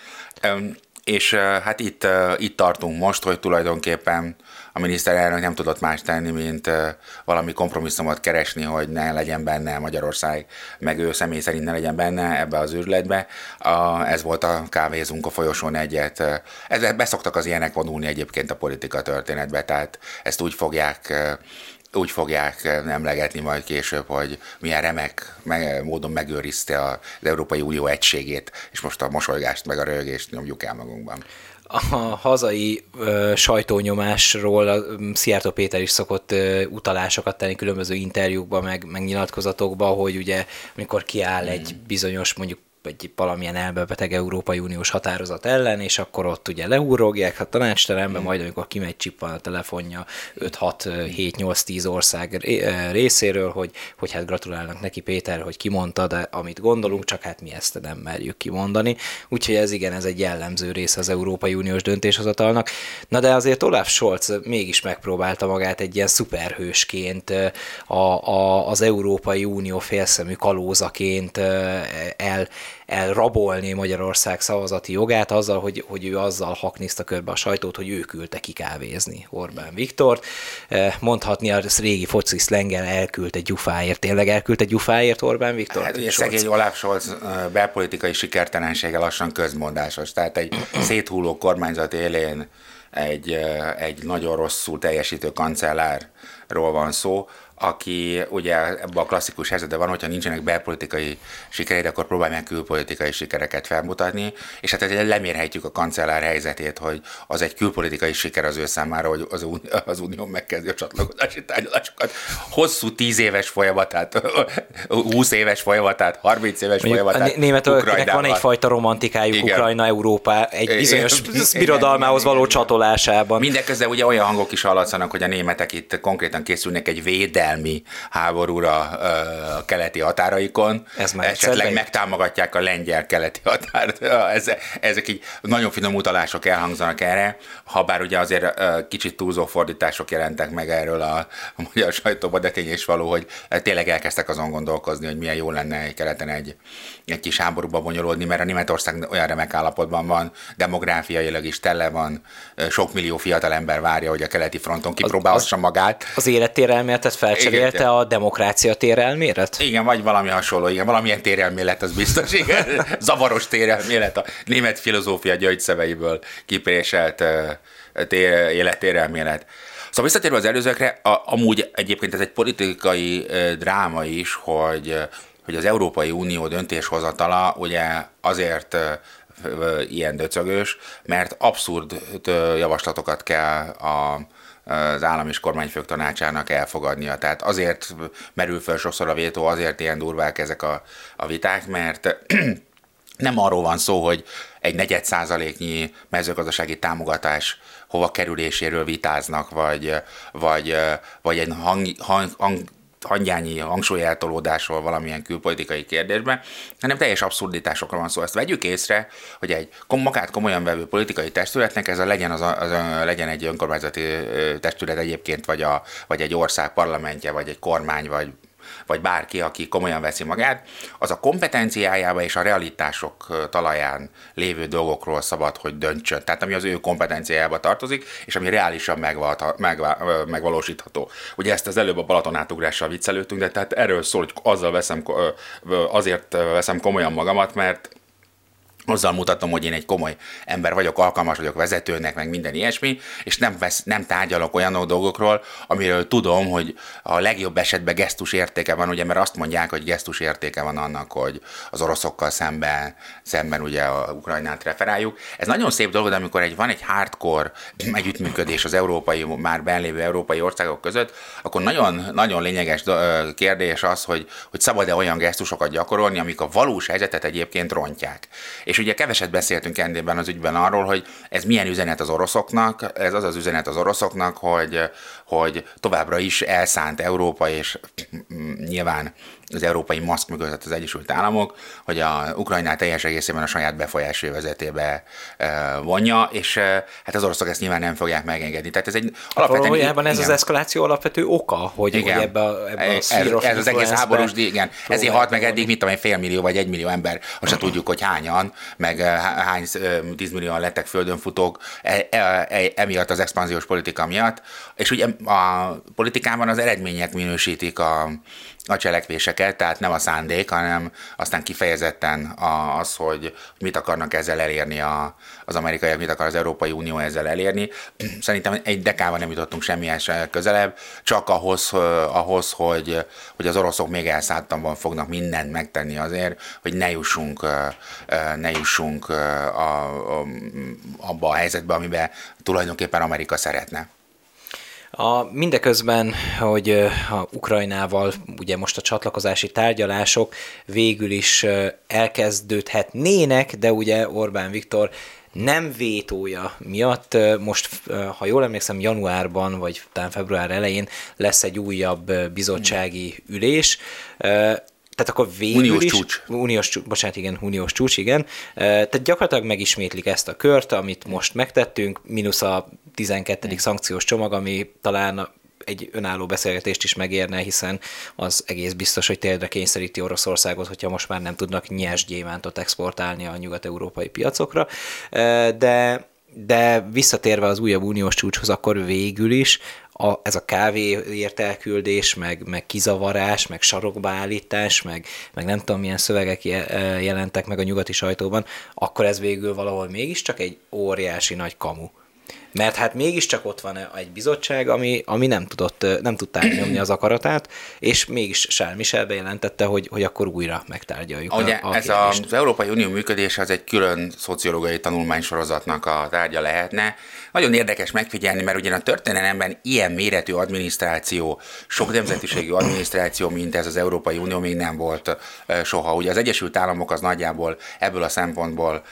És hát itt, itt tartunk most, hogy tulajdonképpen a miniszterelnök nem tudott más tenni, mint valami kompromisszumot keresni, hogy ne legyen benne Magyarország, meg ő személy szerint ne legyen benne ebbe az üzletbe. Ez volt a kávézunk a folyosón egyet. Ezzel beszoktak az ilyenek vonulni egyébként a politika történetbe, tehát ezt úgy fogják úgy fogják emlegetni majd később, hogy milyen remek meg, módon megőrizte az Európai Unió egységét, és most a mosolygást meg a röhögést nyomjuk el magunkban. A hazai ö, sajtónyomásról Szijjártó Péter is szokott ö, utalásokat tenni különböző interjúkban, meg, meg nyilatkozatokban, hogy ugye amikor kiáll egy bizonyos mondjuk egy valamilyen elbebeteg Európai Uniós határozat ellen, és akkor ott ugye leúrogják a tanácsteremben, majd amikor kimegy csippan a telefonja öt hat hét nyolc tíz ország részéről, hogy, hogy hát gratulálnak neki Péter, hogy kimondta, de amit gondolunk, csak hát mi ezt nem merjük kimondani. Úgyhogy ez igen, ez egy jellemző része az Európai Uniós döntéshozatalnak. Na de azért Olaf Scholz mégis megpróbálta magát egy ilyen szuperhősként, a, a, az Európai Unió félszemű kalózaként el elrabolni Magyarország szavazati jogát azzal, hogy, hogy ő azzal hakniszta körbe a sajtót, hogy ő küldte kikávézni Orbán Viktort. Mondhatni a régi foci szlenggel elküldte gyufáért. Tényleg elküldte gyufáért Orbán Viktor? Hát ugye szegény Olaf Scholz belpolitikai sikertelensége lassan közmondásos. Tehát egy széthulló kormányzat élén egy, egy nagyon rosszul teljesítő kancellárról van szó, aki ugye ebben a klasszikus helyzetben van, hogyha nincsenek belpolitikai sikereid, akkor próbálj meg külpolitikai sikereket felmutatni, és hát ezzel lemérhetjük a kancellár helyzetét, hogy az egy külpolitikai siker az ő számára, hogy az, az Unió megkezdi a csatlakozási tárgyalásokat. Hosszú tíz éves folyamatát, húsz éves folyamatát, harminc éves folyamatát. Németországnak van egyfajta romantikájuk, igen. Ukrajna, Európa egy bizonyos birodalmához való csatolásában. Mindeközben ugye olyan hangok is hallatszanak, hogy a németek itt konkrétan készülnek egy védelmi háborúra a keleti határaikon, esetleg megtámogatják a lengyel keleti határt. Ezek így nagyon finom utalások elhangzanak erre, habár ugye azért kicsit túlzó fordítások jelentek meg erről a, a magyar sajtóban, de tény is való, hogy tényleg elkezdtek azon gondolkozni, hogy milyen jó lenne egy keleten egy, egy kis háborúba bonyolódni, mert a Németország olyan remek állapotban van, demográfiailag is tele van, sok millió fiatal ember várja, hogy a keleti fronton kipróbálhassa magát. Az élettérelméletet felcserélte a demokrácia térelmélet? Igen, vagy valami hasonló, igen, valamilyen térelmélet, az biztos, igen. zavaros térelmélet, a német filozófia gyöngyszemeiből kipréselt élettérelmélet. Szóval visszatérve az előzőkre, a, amúgy egyébként ez egy politikai dráma is, hogy, hogy az Európai Unió döntéshozatala ugye azért ilyen döcögős, mert abszurd javaslatokat kell a az állam és kormányfők tanácsának elfogadnia. Tehát azért merül fel sokszor a vétó, azért ilyen durvák ezek a, a viták, mert nem arról van szó, hogy egy negyed százaléknyi mezőgazdasági támogatás hova kerüléséről vitáznak, vagy, vagy, vagy egy hang, hang, hang hangyányi hangsúlyeltolódásról valamilyen külpolitikai kérdésben, hanem teljes abszurditásokról van szó. Ezt vegyük észre, hogy egy magát komolyan vevő politikai testületnek ez a legyen, az a, az a, legyen egy önkormányzati testület egyébként, vagy, a, vagy egy ország parlamentje, vagy egy kormány, vagy vagy bárki, aki komolyan veszi magát, az a kompetenciájába és a realitások talaján lévő dolgokról szabad, hogy döntsön. Tehát ami az ő kompetenciájába tartozik, és ami reálisan megval- megval- megvalósítható. Ugye ezt az előbb a Balaton átugrással viccelődtünk, de tehát erről szól, hogy azzal veszem, azért veszem komolyan magamat, mert azzal mutatom, hogy én egy komoly ember vagyok, alkalmas vagyok vezetőnek, meg minden ilyesmi, és nem, vesz, nem tárgyalok olyan dolgokról, amiről tudom, hogy a legjobb esetben gesztus értéke van, ugye, mert azt mondják, hogy gesztus értéke van annak, hogy az oroszokkal szemben, szemben ugye a Ukrajnát referáljuk. Ez nagyon szép dolog, de amikor egy, van egy hardcore együttműködés az európai, már benlévő európai országok között, akkor nagyon, nagyon lényeges kérdés az, hogy, hogy szabad-e olyan gesztusokat gyakorolni, amik a valós helyzetet egyébként rontják. És ugye keveset beszéltünk ennél az ügyben arról, hogy ez milyen üzenet az oroszoknak, ez az az üzenet az oroszoknak, hogy, hogy továbbra is elszánt Európa, és nyilván az európai maszk mögött az Egyesült Államok, hogy a Ukrajnát teljes egészében a saját befolyás övezetébe vonja, és hát az oroszok ezt nyilván nem fogják megengedni. Tehát ez egy alapvetően... Valójában ez igen. Az eszkaláció alapvető oka, hogy, hogy ebbe a, ebbe a ez, ez az egész háborús, igen. Ezért halt meg eddig, mit tudom én, fél millió vagy egy millió ember, azt se tudjuk, hogy hányan, meg hány tízmillióan lettek földönfutók e, e, e, emiatt az expanziós politika miatt, és ugye a politikában az eredmények minősítik a a cselekvéseket, tehát nem a szándék, hanem aztán kifejezetten az, hogy mit akarnak ezzel elérni a, az amerikaiak, mit akar az Európai Unió ezzel elérni. Szerintem egy dekával nem jutottunk semmihez közelebb, csak ahhoz, ahhoz hogy, hogy az oroszok még elszántabban fognak mindent megtenni azért, hogy ne jussunk, ne jussunk a, a, abba a helyzetbe, amiben tulajdonképpen Amerika szeretne. A, mindeközben, hogy a Ukrajnával ugye most a csatlakozási tárgyalások végül is elkezdődhetnének, de ugye Orbán Viktor nem vétója miatt most, ha jól emlékszem, januárban vagy talán február elején lesz egy újabb bizottsági ülés. Tehát akkor végül uniós is... csúcs. Uniós csúcs. Bocsánat, igen, uniós csúcs, igen. Tehát gyakorlatilag megismétlik ezt a kört, amit most megtettünk, mínusz a tizenkettedik szankciós csomag, ami talán egy önálló beszélgetést is megérne, hiszen az egész biztos, hogy térdre kényszeríti Oroszországot, hogyha most már nem tudnak nyers gyémántot exportálni a nyugat-európai piacokra. De, de visszatérve az újabb uniós csúcshoz, akkor végül is a, ez a kávéért elküldés, meg, meg kizavarás, meg sarokbaállítás, meg, meg nem tudom milyen szövegek jelentek meg a nyugati sajtóban, akkor ez végül valahol mégiscsak egy óriási nagy kamu. Mert hát mégiscsak ott van egy bizottság, ami, ami nem tudott, nem tudta nyomni az akaratát, és mégis Charles Michel bejelentette, hogy, hogy akkor újra megtárgyaljuk Ugye, a, a ez a, az Európai Unió működése az egy külön szociológiai tanulmánysorozatnak a tárgya lehetne. Nagyon érdekes megfigyelni, mert ugyan a történelemben ilyen méretű adminisztráció, sok nemzetiségű adminisztráció, mint ez az Európai Unió még nem volt soha. Ugye az Egyesült Államok az nagyjából ebből a szempontból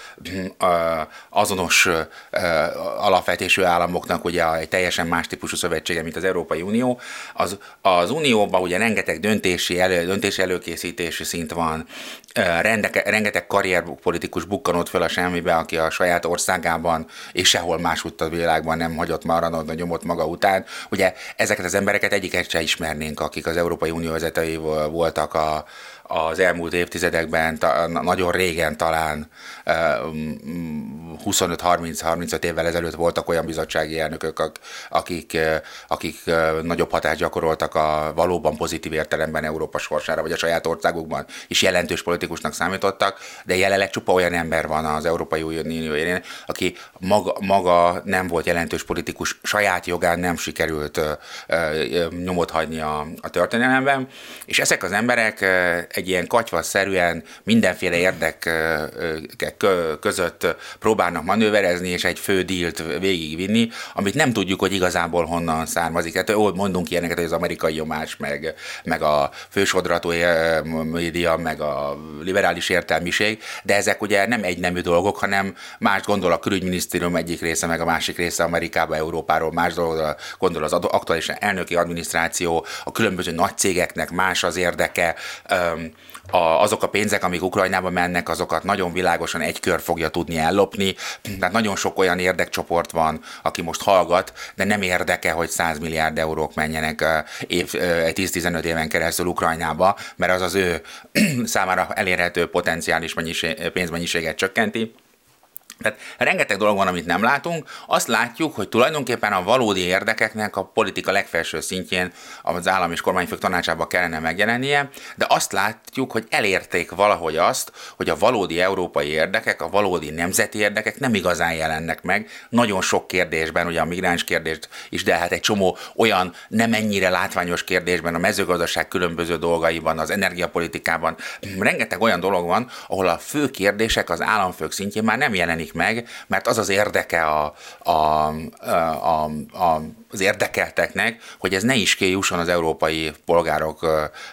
azonos alapvetésű államoknak ugye egy teljesen más típusú szövetsége, mint az Európai Unió. Az, az Unióban ugye rengeteg döntési, elő, döntési előkészítési szint van, Rendeke, rengeteg karrierpolitikus bukkanott föl a semmibe, aki a saját országában és sehol másutt a világban nem hagyott maradni, nyomott maga után. Ugye ezeket az embereket egyiket se ismernénk, akik az Európai Unió vezetői voltak a, az elmúlt évtizedekben, ta, nagyon régen talán huszonöt-harminc-harmincöt évvel ezelőtt voltak olyan bizottsági elnökök, akik, akik nagyobb hatást gyakoroltak a valóban pozitív értelemben Európa sorsára, vagy a saját országukban is jelentős politikusnak számítottak, de jelenleg csupa olyan ember van az Európai Unió élén, aki maga, maga nem volt jelentős politikus, saját jogán nem sikerült nyomot hagyni a, a történelemben, és ezek az emberek egy ilyen katyvaszerűen mindenféle érdekek között próbálnak manőverezni, és egy fő dílt végigvinni, amit nem tudjuk, hogy igazából honnan származik. Tehát mondunk ilyeneket, hogy az amerikai nyomás, meg, meg a fősodratú média, meg a liberális értelmiség, de ezek ugye nem egynemű dolgok, hanem más gondol a külügyminisztérium egyik része, meg a másik része Amerikába, Európáról, más dolog gondol az aktuális elnöki adminisztráció, a különböző nagy cégeknek más az érdeke, A, azok a pénzek, amik Ukrajnába mennek, azokat nagyon világosan egy kör fogja tudni ellopni. Tehát nagyon sok olyan érdekcsoport van, aki most hallgat, de nem érdeke, hogy száz milliárd eurók menjenek év, tíz-tizenöt éven keresztül Ukrajnába, mert az az ő számára elérhető potenciális mennyiség, pénzmennyiséget csökkenti. Tehát rengeteg dolog van, amit nem látunk. Azt látjuk, hogy tulajdonképpen a valódi érdekeknek a politika legfelső szintjén az állam és kormányfők tanácsában kellene megjelennie, de azt látjuk, hogy elérték valahogy azt, hogy a valódi európai érdekek, a valódi nemzeti érdekek nem igazán jelennek meg. Nagyon sok kérdésben, ugye a migráns kérdést is, de hát egy csomó olyan nem ennyire látványos kérdésben, a mezőgazdaság különböző dolgaiban, az energiapolitikában, rengeteg olyan dolog van, ahol a fő kérdések az államfők szintjén már nem jelenik meg, mert az az érdeke a, a, a, a, az érdekelteknek, hogy ez ne is kijusson az európai polgárok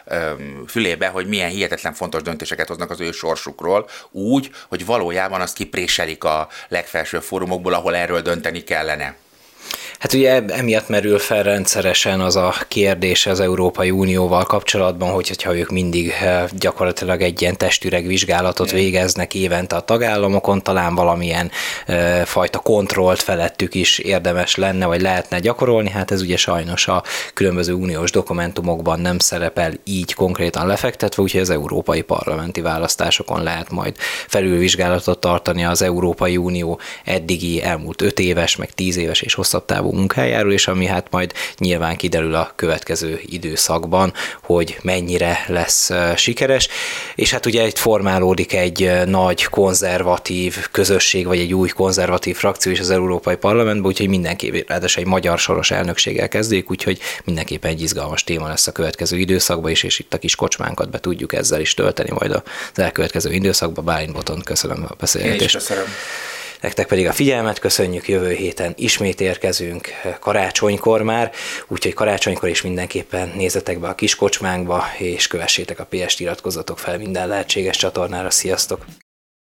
fülébe, hogy milyen hihetetlen fontos döntéseket hoznak az ő sorsukról, úgy, hogy valójában azt kipréselik a legfelsőbb fórumokból, ahol erről dönteni kellene. Hát ugye emiatt merül fel rendszeresen az a kérdés az Európai Unióval kapcsolatban, hogy, hogyha ők mindig gyakorlatilag egy ilyen testüregvizsgálatot végeznek évente a tagállamokon, talán valamilyen e, fajta kontrollt felettük is érdemes lenne, vagy lehetne gyakorolni. Hát ez ugye sajnos a különböző uniós dokumentumokban nem szerepel így konkrétan lefektetve, úgyhogy az európai parlamenti választásokon lehet majd felülvizsgálatot tartani az Európai Unió eddigi elmúlt öt éves, meg tíz éves és hosszabb távú munkájáról, és ami hát majd nyilván kiderül a következő időszakban, hogy mennyire lesz sikeres. És hát ugye itt formálódik egy nagy konzervatív közösség, vagy egy új konzervatív frakció is az Európai Parlamentben, úgyhogy mindenképp, ráadásul egy magyar soros elnökséggel kezdődik, úgyhogy mindenképpen egy izgalmas téma lesz a következő időszakban is, és itt a kis kocsmánkat be tudjuk ezzel is tölteni majd az elkövetkező időszakban. Bálint Botont köszönöm a beszélgetést. Én is köszönöm. Nektek pedig a figyelmet köszönjük, jövő héten ismét érkezünk karácsonykor már, úgyhogy karácsonykor is mindenképpen nézzetek be a kis kocsmánkba, és kövessétek a pé est, iratkozzatok fel minden lehetséges csatornára. Sziasztok!